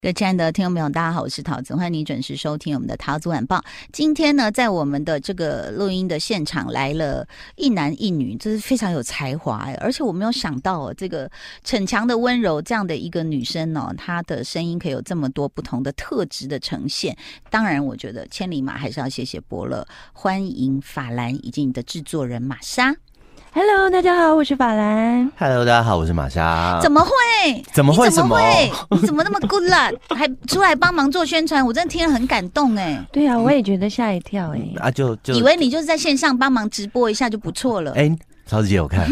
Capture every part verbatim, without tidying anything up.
各位亲爱的听众朋友，大家好，我是陶子，欢迎你准时收听我们的陶子晚报。今天呢，在我们的这个录音的现场来了一男一女，这是非常有才华，而且我没有想到这个逞强的温柔这样的一个女生哦，她的声音可以有这么多不同的特质的呈现。当然，我觉得千里马还是要谢谢伯乐，欢迎法兰以及你的制作人玛莎。 Hello， 大家好，我是法兰。 Hello， 大家好，我是玛莎。 怎么会？ 怎么会？ 怎么会？你怎么那么 good luck， 还出来帮忙做宣传？我真的听了很感动哎。 对啊，我也觉得吓一跳哎、 嗯。啊，就就以为你就是在线上帮忙直播一下就不错了。 哎、欸，曹子姐有看，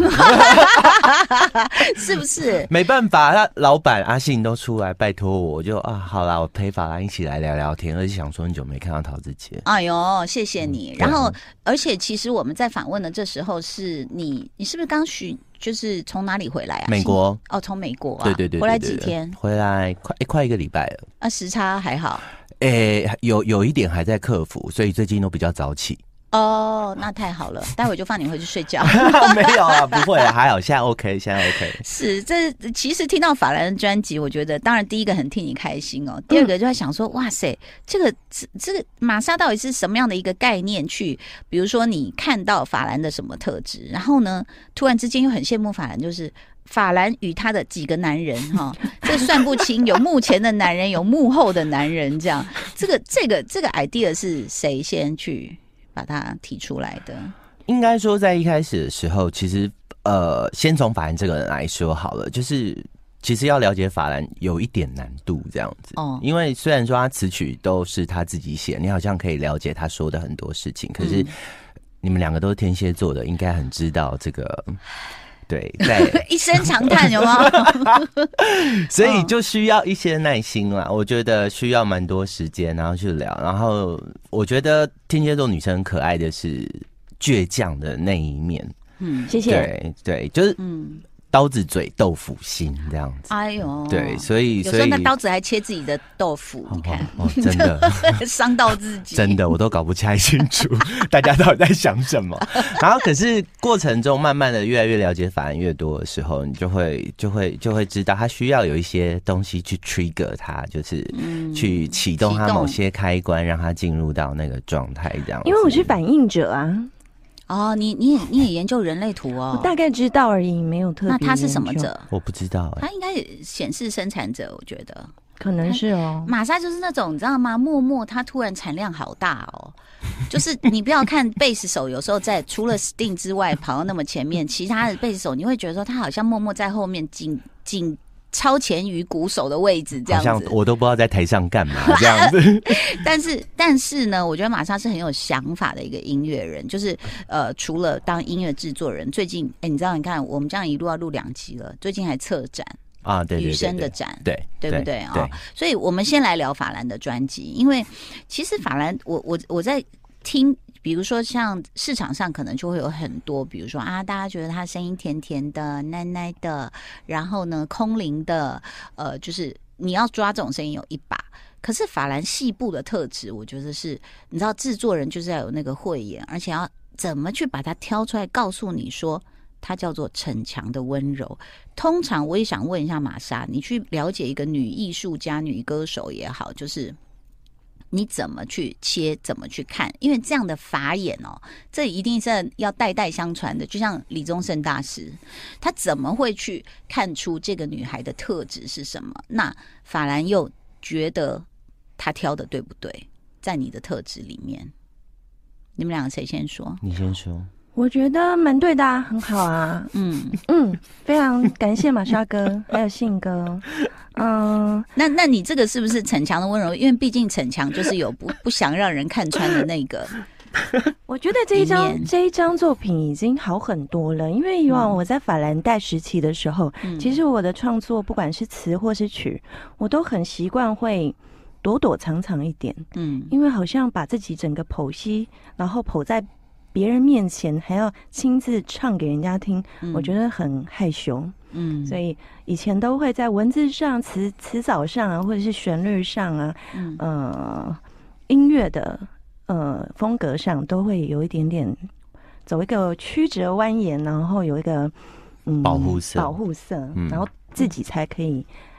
是不是？ 没办法，他老板阿信都出来拜托我，我就啊，好啦，我陪法兰一起来聊聊天，而且想说很久没看到陶子姐。 哎呦，谢谢你。嗯、然后，而且其实我们在访问的这时候是你，你是不是刚许？就是从哪里回来啊？ 美国哦，从美国啊。 对对 对, 对, 对, 对， 回来几天？ 回来快、欸、快一个礼拜了。 啊，时差还好？ 诶、欸，有有一点还在克服，所以最近都比较早起。 哦，那太好了，待会就放你回去睡觉。 没有啊，不会啊，还好，现在 OK， 现在 OK。 是，这其实听到法兰的专辑，我觉得当然第一个很替你开心哦，第二个就在想说，嗯、哇塞，这个这个玛莎到底是什么样的一个概念去？比如说你看到法兰的什么特质，然后呢，突然之间又很羡慕法兰，就是法兰与他的几个男人哈，这算不清，有幕前的男人，有幕后的男人，这样，这个这个这个 idea 是谁先去把它提出来的？ 应该说，在一开始的时候，其实呃，先从法兰这个人来说好了，就是其实要了解法兰有一点难度，这样子。哦，因为虽然说他词曲都是他自己写，你好像可以了解他说的很多事情，可是你们两个都是天蝎座的，应该很知道这个。对，在一声长叹，有吗？ 所以就需要一些耐心啦。我觉得需要蛮多时间，然后去聊。然后我觉得天蝎座女生很可爱的是倔强的那一面。 嗯，谢谢。 对对，就是嗯。刀子嘴豆腐心这样子， 哎呦， 对，所以有时候那刀子还切自己的豆腐， 哦、 你看， 哦，哦真的伤到自己， 真的我都搞不太清楚大家到底在想什么。然后可是过程中慢慢的越来越了解法兰越多的时候，你就会就会就会知道他需要有一些东西去 trigger 他，就是去启动他某些开关，让他进入到那个状态这样子。 因为我是反应者啊。 哦，你你也你也研究人类图哦？ 我大概知道而已，没有特别。 那他是什么者？ 我不知道、欸， 他应该显示生产者，我觉得可能是哦。 玛莎就是那种你知道吗？默默他突然产量好大哦，就是你不要看贝斯手有时候在除了 Sting 之外跑到那么前面，其他的贝斯手你会觉得说他好像默默在后面紧紧。超前于鼓手的位置，这样子， 好像我都不知道在台上干嘛这样子。 但是，但是呢，我觉得玛莎是很有想法的一个音乐人，就是呃，除了当音乐制作人，最近哎、欸，你知道，你看我们这样一路要录两集了，最近还策展啊，对对对对， 雨生的展， 对对不对啊、 对哦？所以我们先来聊法兰的专辑，因为其实法兰，我我我在听。比如说像市场上可能就会有很多，比如说啊，大家觉得他声音甜甜的、奶奶的，然后呢空灵的，呃，就是你要抓这种声音有一把。可是法兰细部的特质，我觉得是，你知道制作人就是要有那个慧眼，而且要怎么去把它挑出来，告诉你说它叫做逞强的温柔。通常我也想问一下玛莎，你去了解一个女艺术家、女歌手也好，就是你怎么去切，怎么去看？因为这样的法眼哦，这一定是要代代相传的。就像李宗盛大师，他怎么会去看出这个女孩的特质是什么？那法兰又觉得他挑的对不对？在你的特质里面，你们两个谁先说？ 你先说。 我觉得蛮对的啊，很好啊。嗯嗯，非常感谢玛莎哥还有信哥。嗯， 那那你这个是不是逞强的温柔？因为毕竟逞强就是有不不想让人看穿的那个。 我觉得这一张这一张作品已经好很多了，因为以往我在法兰黛时期的时候、嗯，其实我的创作不管是词或是曲，我都很习惯会躲躲藏藏一点。嗯，因为好像把自己整个剖析，然后剖在别人面前还要亲自唱给人家听、嗯、我觉得很害羞。嗯，所以以前都会在文字上词词藻上啊，或者是旋律上啊，嗯呃音乐的呃风格上都会有一点点走一个曲折蜿蜒，然后有一个嗯保护色保护色、嗯、然后自己才可以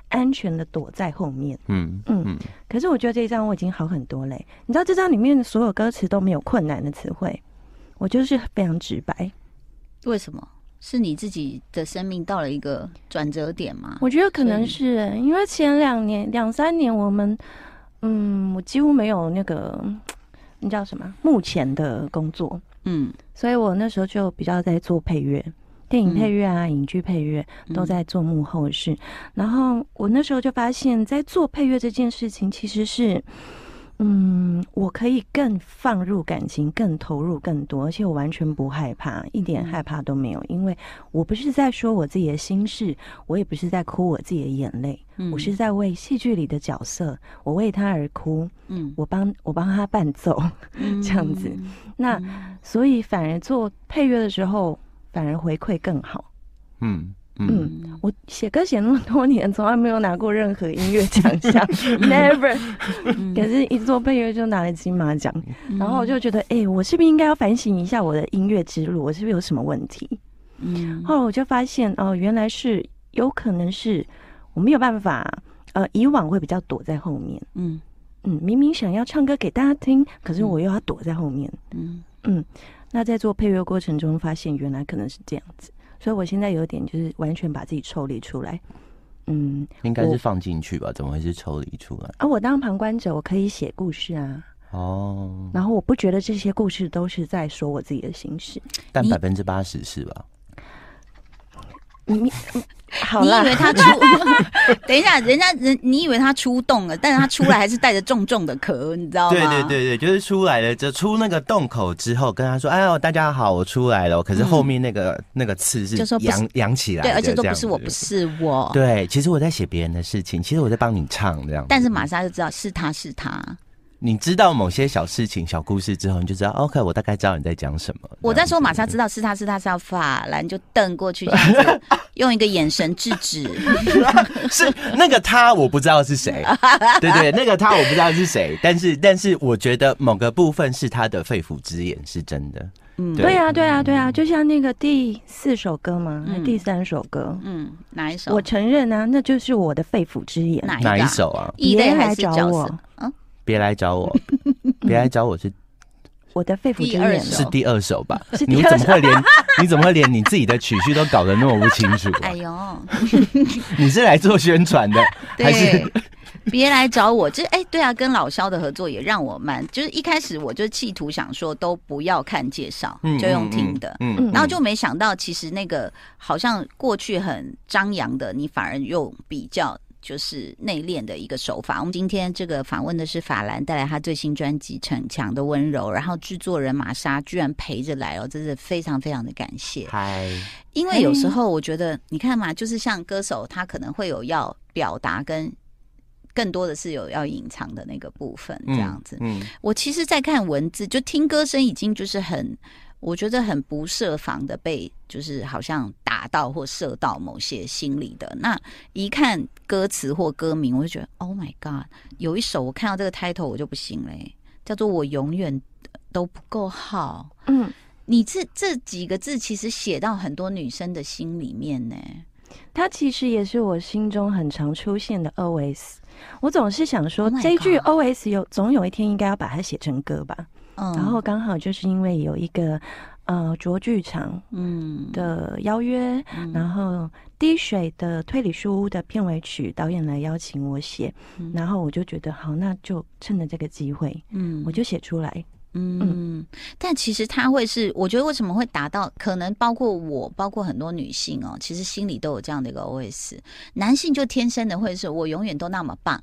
安全的躲在后面。 嗯嗯嗯。可是我觉得这一张我已经好很多嘞。你知道这张里面的所有歌词都没有困难的词汇，我就是非常直白。 为什么？是你自己的生命到了一个转折点吗？ 我觉得可能是因为前两年、两三年我们，嗯，我几乎没有那个那叫什么目前的工作，嗯，所以我那时候就比较在做配乐。电影配乐啊、嗯、影剧配乐都在做幕后事、嗯、然后我那时候就发现在做配乐这件事情其实是嗯，我可以更放入感情，更投入更多，而且我完全不害怕，一点害怕都没有，因为我不是在说我自己的心事，我也不是在哭我自己的眼泪、嗯、我是在为戏剧里的角色，我为他而哭，嗯，我帮我帮他伴奏、嗯、这样子、嗯、那、嗯、所以反而做配乐的时候反而回馈更好。嗯嗯，我写歌写那么多年，从来没有拿过任何音乐奖项，never。可是，一做配乐就拿了金马奖、嗯，然后我就觉得，哎、欸，我是不是应该要反省一下我的音乐之路？我是不是有什么问题？嗯，后来我就发现，哦，原来是有可能是我没有办法，呃，以往会比较躲在后面。嗯嗯，明明想要唱歌给大家听，可是我又要躲在后面。嗯嗯，那在做配乐过程中，发现原来可能是这样子。所以我现在有点就是完全把自己抽离出来，嗯， 应该是放进去吧？怎么会是抽离出来？ 啊，我当旁观者，我可以写故事啊，哦，然后我不觉得这些故事都是在说我自己的心事， 但百分之八十是吧？ 你好啦， 你以为他出？等一下，人家人你以为他出洞了，但是他出来还是带着重重的壳，你知道吗？ 对对对对，就是出来了，就出那个洞口之后，跟他说：“哎呦，大家好，我出来了。”可是后面那个、嗯、那个刺是扬扬起来的， 对，而且都不是我，不是我。 对，其实我在写别人的事情，其实我在帮你唱这样。 但是玛莎就知道是他是他。 你知道某些小事情、小故事之后，你就知道 ，OK， 我大概知道你在讲什么。 我在说玛莎知道是他是他是要法兰就瞪过去这样子，用一个眼神制止。 是那个他，我不知道是谁。对对，那个他我不知道是谁，但是但是我觉得某个部分是他的肺腑之言，是真的。 嗯，对啊，对啊，对啊，就像那个第四首歌嘛，嗯、第三首歌， 嗯，哪一首？ 我承认啊，那就是我的肺腑之言。 哪一, 哪一首啊？ 别来找我。嗯。 别来找我，别来找我是我的肺腑之言， 是第二首吧？你怎么会连你怎么会连你自己的曲序都搞得那么不清楚、啊？ 哎呦， 你是来做宣传的，还是？ 别来找我，就是哎、欸，对啊，跟老萧的合作也让我蛮，就是一开始我就企图想说都不要看介绍，嗯、就用听的，嗯，嗯然后就没想到其实那个好像过去很张扬的，你反而用比较。就是内敛的一个手法。我们今天这个访问的是法兰，带来他最新专辑《逞强的温柔》，然后制作人玛莎居然陪着来哦，真是非常非常的感谢。 嗨， 因为有时候我觉得，你看嘛，就是像歌手，他可能会有要表达跟更多的是有要隐藏的那个部分，这样子。嗯，嗯我其实，在看文字，就听歌声，已经就是很。我觉得很不设防的被就是好像打到或射到某些心里的，那一看歌词或歌名我就觉得 Oh my God， 有一首我看到这个 title 我就不行嘞，叫做我永远都不够好。嗯，你这这几个字其实写到很多女生的心里面呢， 它其实也是我心中很常出现的 O S。 我总是想说、oh、这一句 O S 有总有一天应该要把它写成歌吧。嗯、然后刚好就是因为有一个呃卓剧场嗯的邀约、嗯、然后滴水的推理书屋的片尾曲导演来邀请我写、嗯、然后我就觉得好，那就趁着这个机会嗯我就写出来。 嗯, 嗯但其实他会是我觉得为什么会达到，可能包括我包括很多女性哦，其实心里都有这样的一个 O S， 男性就天生的会是我永远都那么棒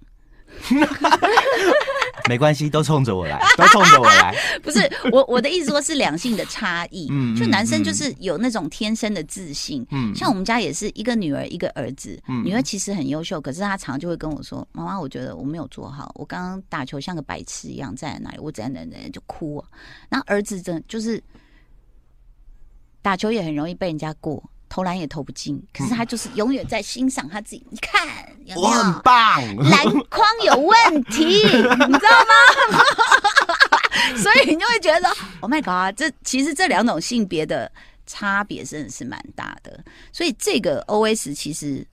没关系，都冲着我来，都冲着我来。 不是我，我的意思说是两性的差异。嗯，就男生就是有那种天生的自信。嗯，像我们家也是一个女儿一个儿子，嗯、女儿其实很优秀，可是她常就会跟我说：“妈妈，我觉得我没有做好，我刚刚打球像个白痴一样站在那里，我站在那里就哭啊。”然后儿子真就是打球也很容易被人家过。投篮也投不进，可是他就是永远在欣赏他自己。你看，有没有我很棒， 篮筐有问题，你知道吗？所以你就会觉得 ，Oh my God， 这其实这两种性别的差别真的是蛮大的。所以这个 O S 其实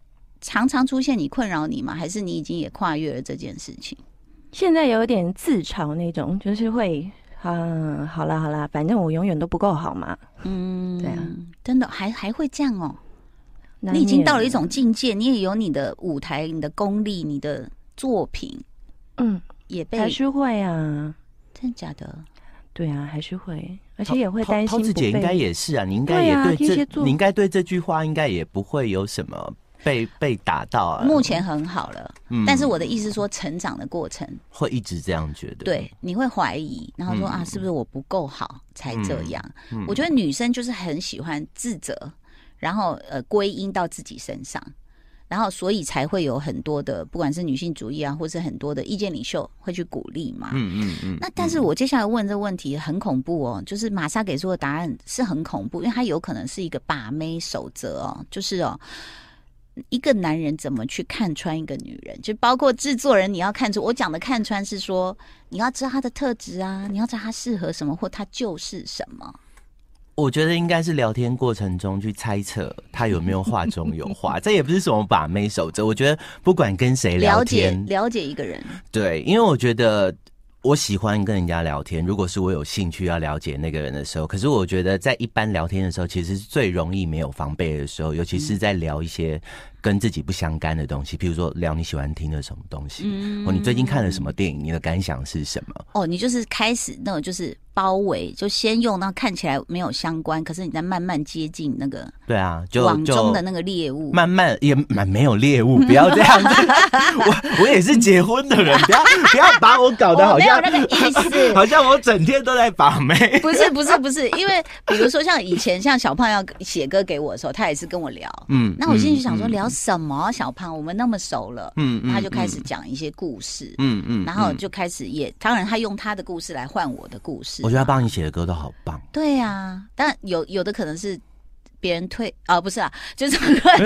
常常出现你困扰你吗？还是你已经也跨越了这件事情？ 现在有点自嘲那种，就是会啊，好啦好啦，反正我永远都不够好嘛。嗯，对啊， 真的还还会这样哦。你已经到了一种境界，你也有你的舞台、你的功力、你的作品， 嗯， 也被还是会啊， 真的假的？ 对啊，还是会，而且也会担心。 涛子姐应该也是啊，你应该也对这，你应该对这句话应该也不会有什么被被打到啊。 目前很好了，嗯，但是我的意思说，成长的过程会一直这样觉得。 对，你会怀疑，然后说、嗯、啊，是不是我不够好才这样？嗯嗯、我觉得女生就是很喜欢自责，然后呃归因到自己身上。然后，所以才会有很多的，不管是女性主义啊，或是很多的意见领袖会去鼓励嘛。嗯嗯嗯。那但是我接下来问这个问题很恐怖哦，就是玛莎给出的答案是很恐怖，因为它有可能是一个把妹守则哦，就是哦，一个男人怎么去看穿一个女人，就包括制作人，你要看出我讲的看穿是说，你要知道他的特质啊，你要知道他适合什么，或他就是什么。 我觉得应该是聊天过程中去猜测他有没有话中有话，这也不是什么把妹守则。我觉得不管跟谁聊天， 了解了解一个人， 对，因为我觉得我喜欢跟人家聊天。如果是我有兴趣要了解那个人的时候，可是我觉得在一般聊天的时候，其实是最容易没有防备的时候，尤其是在聊一些跟自己不相干的东西，譬如说聊你喜欢听的什么东西，嗯，或你最近看了什么电影，你的感想是什么？ 哦，你就是开始那种就是包围，就先用那看起来没有相关，可是你在慢慢接近那个对啊，就网中的那个猎物， 慢慢也蛮没有猎物，不要这样子。我我也是结婚的人，不要不要把我搞得好像没有那个意思， 好像我整天都在把妹。 不是不是不是，因为比如说像以前像小胖要写歌给我的时候，他也是跟我聊，嗯，那我心里想说、嗯、聊什么？小胖，我们那么熟了，嗯，他就开始讲一些故事，嗯嗯，然后就开始也，当然他用他的故事来换我的故事。 我觉得他帮你写的歌都好棒。 对啊，但有有的可能是别人推啊、哦，不是啊，就是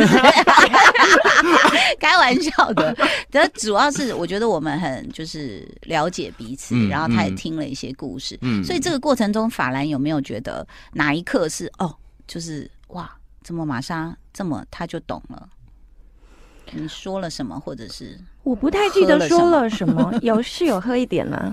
开玩笑的。但主要是我觉得我们很就是了解彼此，嗯、然后他也听了一些故事，嗯，所以这个过程中，法兰有没有觉得哪一刻是哦，就是哇，怎么玛莎这么他就懂了？你说了什么，或者是我不太记得说了什么，有是有喝一点啦。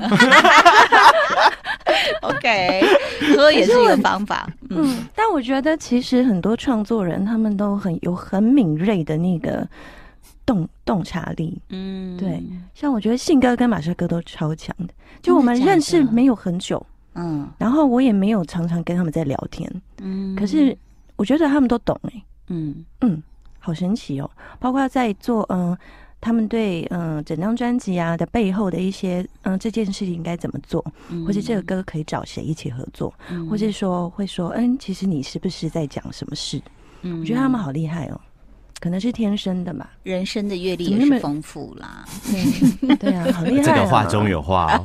OK， 喝也是一个方法。 嗯，嗯但我觉得其实很多创作人他们都很有很敏锐的那个洞洞察力。嗯，对，像我觉得信哥跟玛莎哥都超强的，就我们认识没有很久，嗯，然后我也没有常常跟他们在聊天，嗯，可是我觉得他们都懂哎、欸，嗯嗯。好神奇哦！包括在做嗯、呃，他们对嗯、呃、整张专辑啊的背后的一些嗯、呃、这件事情应该怎么做，嗯、或者这个歌可以找谁一起合作，嗯、或者说会说嗯，其实你是不是在讲什么事？嗯，我觉得他们好厉害哦，可能是天生的吧， 人生的阅历也是丰富啦。 对, 对啊，好厉害、哦！ 这个话中有话、哦。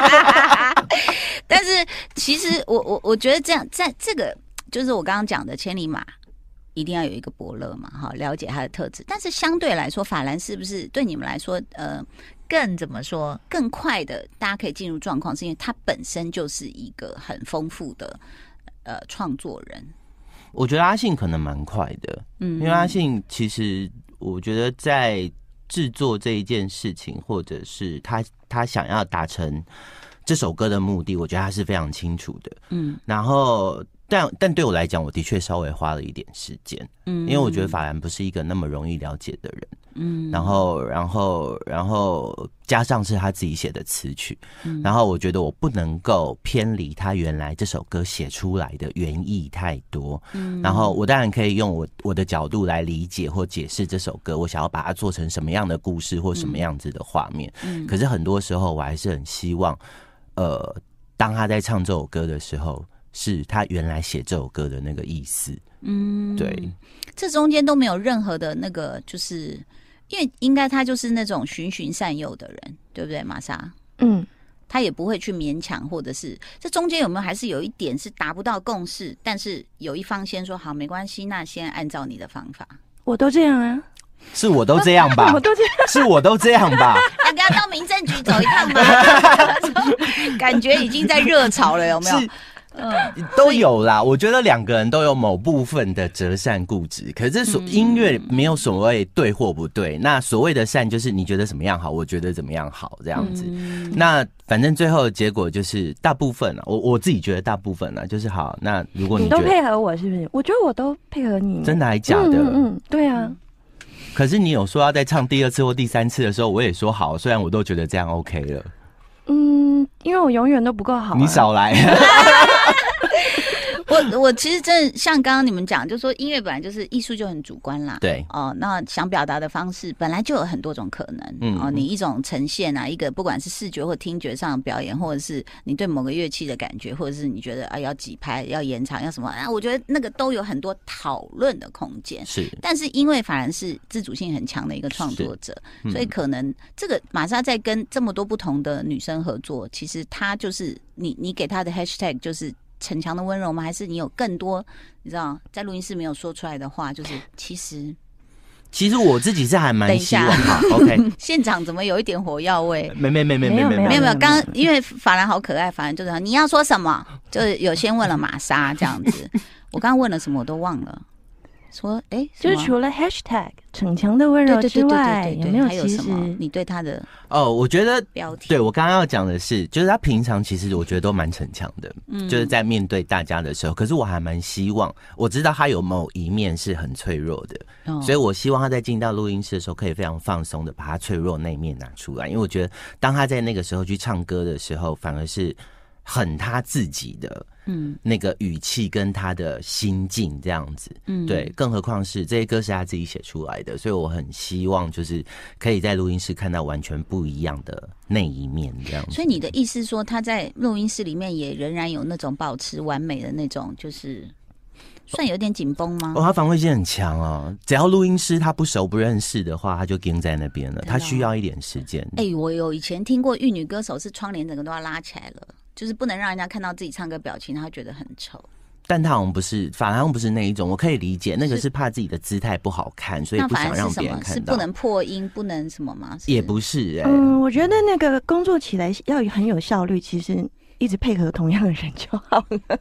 但是其实我我我觉得这样，在这个就是我刚刚讲的千里马。一定要有一个伯乐嘛，哈，了解他的特质。但是相对来说，法兰是不是对你们来说，呃，更怎么说，更快的，大家可以进入状况，是因为他本身就是一个很丰富的呃创作人。 我觉得阿信可能蛮快的，嗯，因为阿信其实我觉得在制作这一件事情，或者是他他想要达成这首歌的目的，我觉得他是非常清楚的，嗯，然后。但但对我来讲，我的确稍微花了一点时间，嗯，因为我觉得法兰不是一个那么容易了解的人，嗯，然后然后然后加上是他自己写的词曲，嗯，然后我觉得我不能够偏离他原来这首歌写出来的原意太多，嗯，然后我当然可以用我我的角度来理解或解释这首歌，我想要把它做成什么样的故事或什么样子的画面，嗯，可是很多时候我还是很希望，呃，当他在唱这首歌的时候。是他原来写这首歌的那个意思，嗯，对， 这中间都没有任何的那个，就是因为应该他就是那种循循善诱的人，对不对，玛莎？嗯，他也不会去勉强，或者是这中间有没有还是有一点是达不到共识，但是有一方先说好没关系，那先按照你的方法， 我都这样啊。 是我都这样吧， 我都这样， 是我都这样吧。 要跟他到民政局走一趟吗？感觉已经在热潮了，有没有？ 嗯，都有啦。我觉得两个人都有某部分的择善固执，可是所音乐没有所谓对或不对。那所谓的善就是你觉得怎么样好，我觉得怎么样好这样子。嗯、那反正最后的结果就是大部分啊，我我自己觉得大部分啊，就是好。那如果你觉得你都配合我，是不是？我觉得我都配合你， 真的还假的？ 嗯嗯嗯，对啊。 可是你有说要再唱第二次或第三次的时候，我也说好，虽然我都觉得这样 OK 了。 嗯，因为我永远都不够好、啊。 你少来。 我我其实真的像刚刚你们讲，就说音乐本来就是艺术，就很主观啦。 对哦，那想表达的方式本来就有很多种可能。嗯哦，你一种呈现啊，一个不管是视觉或听觉上的表演，或者是你对某个乐器的感觉，或者是你觉得啊要几拍、要延长、要什么啊，我觉得那个都有很多讨论的空间。 是， 但是因为法兰是自主性很强的一个创作者，嗯、所以可能这个玛莎在跟这么多不同的女生合作，其实她就是你你给她的 hashtag 就是逞强的温柔吗？还是你有更多你知道在录音室没有说出来的话？就是其实， 其实我自己是还蛮希望哈 ，OK， 现场怎么有一点火药味？ 没没没没没没没有没有，刚因为法兰好可爱，法兰就是你要说什么，就是有先问了玛莎这样子。我刚刚问了什么我都忘了。说哎， 就是除了 hashtag 逞强的温柔之外，有没有其实你对他的哦？我觉得标题， 对我刚刚要讲的是，就是他平常其实我觉得都蛮逞强的，嗯，就是在面对大家的时候。可是我还蛮希望，我知道他有某一面是很脆弱的，哦、所以我希望他在进到录音室的时候，可以非常放松的把他脆弱那一面拿出来。因为我觉得，当他在那个时候去唱歌的时候，反而是很他自己的。嗯，那个语气跟他的心境这样子，嗯，对，更何况是这些歌是他自己写出来的，所以我很希望就是可以在录音室看到完全不一样的那一面这样子。 所以你的意思说，他在录音室里面也仍然有那种保持完美的那种，就是算有点紧绷吗？ 哦，他防卫性很强哦，只要录音师他不熟不认识的话，他就盯在那边了，他需要一点时间。 哎、欸，我有以前听过玉女歌手是窗帘整个都要拉起来了。就是不能让人家看到自己唱歌表情，他会觉得很丑。 但他好像不是，法兰好像不是那一种，我可以理解，那个是怕自己的姿态不好看，所以不想让别人看到。 是不能破音，不能什么吗？ 也不是、欸， 嗯，我觉得那个工作起来要很有效率，其实一直配合同样的人就好了，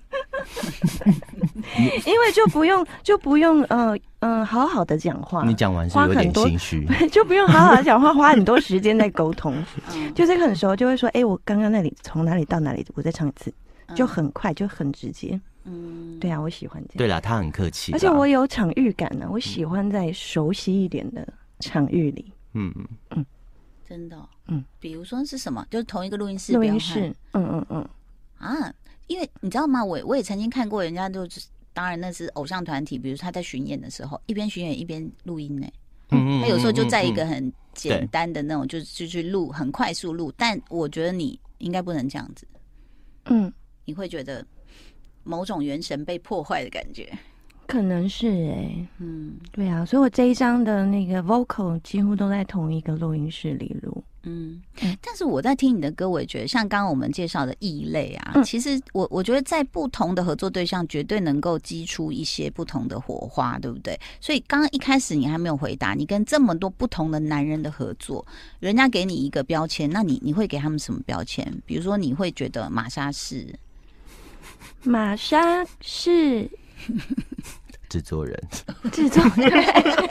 因为就不用就不用呃嗯、呃、好好的讲话。 你讲完是有点心虚， 就不用好好的讲话，花很多时间在沟通。嗯、就是很熟就会说，哎、欸，我刚刚那里从哪里到哪里，我再唱一次，就很快，就很直接。嗯，对啊，我喜欢这样。 对啦，他很客气， 而且我有场域感呢、啊，我喜欢在熟悉一点的场域里。嗯嗯嗯，真的、哦。嗯，比如说是什么？就是同一个录音室， 录音室。嗯嗯嗯。 啊，因为你知道吗？我我也曾经看过人家就是。当然那是偶像团体，比如他在巡演的时候，一边巡演一边录音呢。嗯，他有时候就在一个很简单的那种，就就去录，很快速录。但我觉得你应该不能这样子。嗯，你会觉得某种元神被破坏的感觉。 可能是哎、欸，嗯，对啊，所以我这一张的那个 vocal 几乎都在同一个录音室里录。 嗯，但是我在听你的歌，我也觉得像刚刚我们介绍的异类啊，嗯、其实我我觉得在不同的合作对象，绝对能够激出一些不同的火花，对不对？所以刚刚一开始你还没有回答，你跟这么多不同的男人的合作，人家给你一个标签，那你你会给他们什么标签？比如说你会觉得玛莎是玛莎是制作人， 制作人。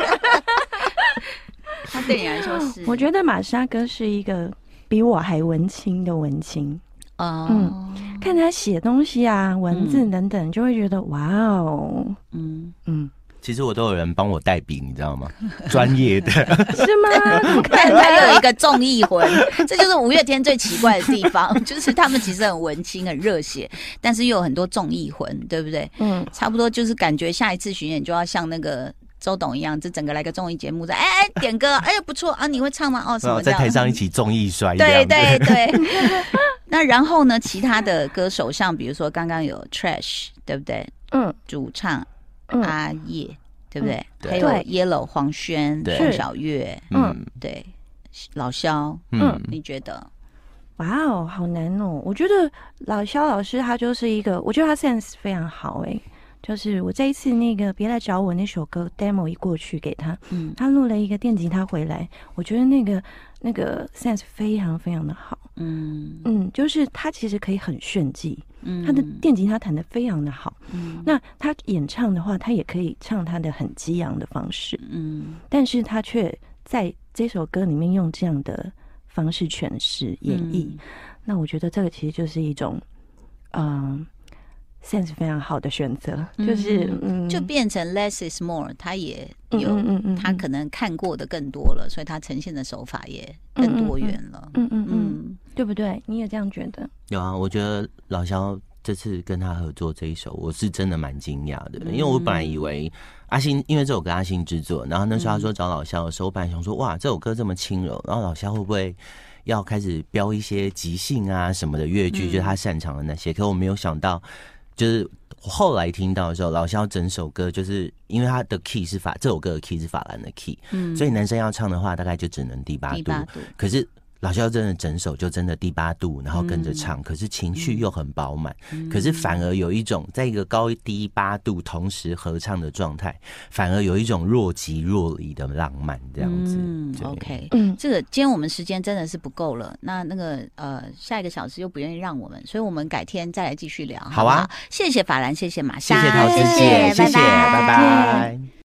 他对你来说是？ 我觉得玛莎哥是一个比我还文青的文青哦。嗯，看他写东西啊、文字等等，嗯、就会觉得哇哦，嗯嗯。其实我都有人帮我代笔，你知道吗？专业的是吗？ 看他有一个综艺魂，这就是五月天最奇怪的地方，就是他们其实很文青、很热血，但是又有很多综艺魂，对不对？嗯，差不多就是感觉下一次巡演就要像那个。周董一样，这整个来个综艺节目，哎哎点歌，哎不错啊，你会唱吗？哦，什么在台上一起综艺摔， 对对对。那然后呢，其他的歌手像比如说刚刚有 Trash， 对不对？嗯，主唱、嗯、阿叶，对不对？嗯、还有 Yellow 黄轩、宋小月，嗯，对，老萧，嗯，你觉得？ 哇哦，好难哦！我觉得老萧老师他就是一个，我觉得他 sense 非常好哎、欸。就是我这一次那个别来找我那首歌 demo 一过去给他，嗯，他录了一个电吉他回来，我觉得那个那个 sense 非常非常的好， 嗯嗯，就是他其实可以很炫技，嗯，他的电吉他弹得非常的好，嗯，那他演唱的话，他也可以唱他的很激昂的方式，嗯，但是他却在这首歌里面用这样的方式诠释演绎，嗯，那我觉得这个其实就是一种，嗯。sense 非常好的选择，就是嗯，就变成 less is more， 他也有，嗯嗯嗯，他可能看过的更多了，所以他呈现的手法也更多元了， 嗯嗯 嗯, 嗯，对不对？你也这样觉得？ 有啊，我觉得老萧这次跟他合作这一首，我是真的蛮惊讶的，因为我本来以为阿信，因为这首歌阿信制作，然后那时候他说找老萧的时候，我本来想说哇，这首歌这么轻柔，然后老萧会不会要开始标一些即兴啊什么的乐句，嗯，就是他擅长的那些，可我没有想到。就是后来听到的时候，老萧整首歌就是因为他的 key 是法，这首歌的 key 是法兰的 key，嗯，所以男生要唱的话，大概就只能第八度。第八度，可是老萧真的整首就真的第八度，然后跟着唱，嗯，可是情绪又很饱满，嗯，可是反而有一种在一个高低八度同时合唱的状态，反而有一种若即若离的浪漫这样子。 嗯 ，OK， 嗯，这个今天我们时间真的是不够了，那那个呃下一个小时又不愿意让我们，所以我们改天再来继续聊。 好啊， 好，谢谢法兰，谢谢玛莎， 谢谢陶子姐，谢谢，拜拜。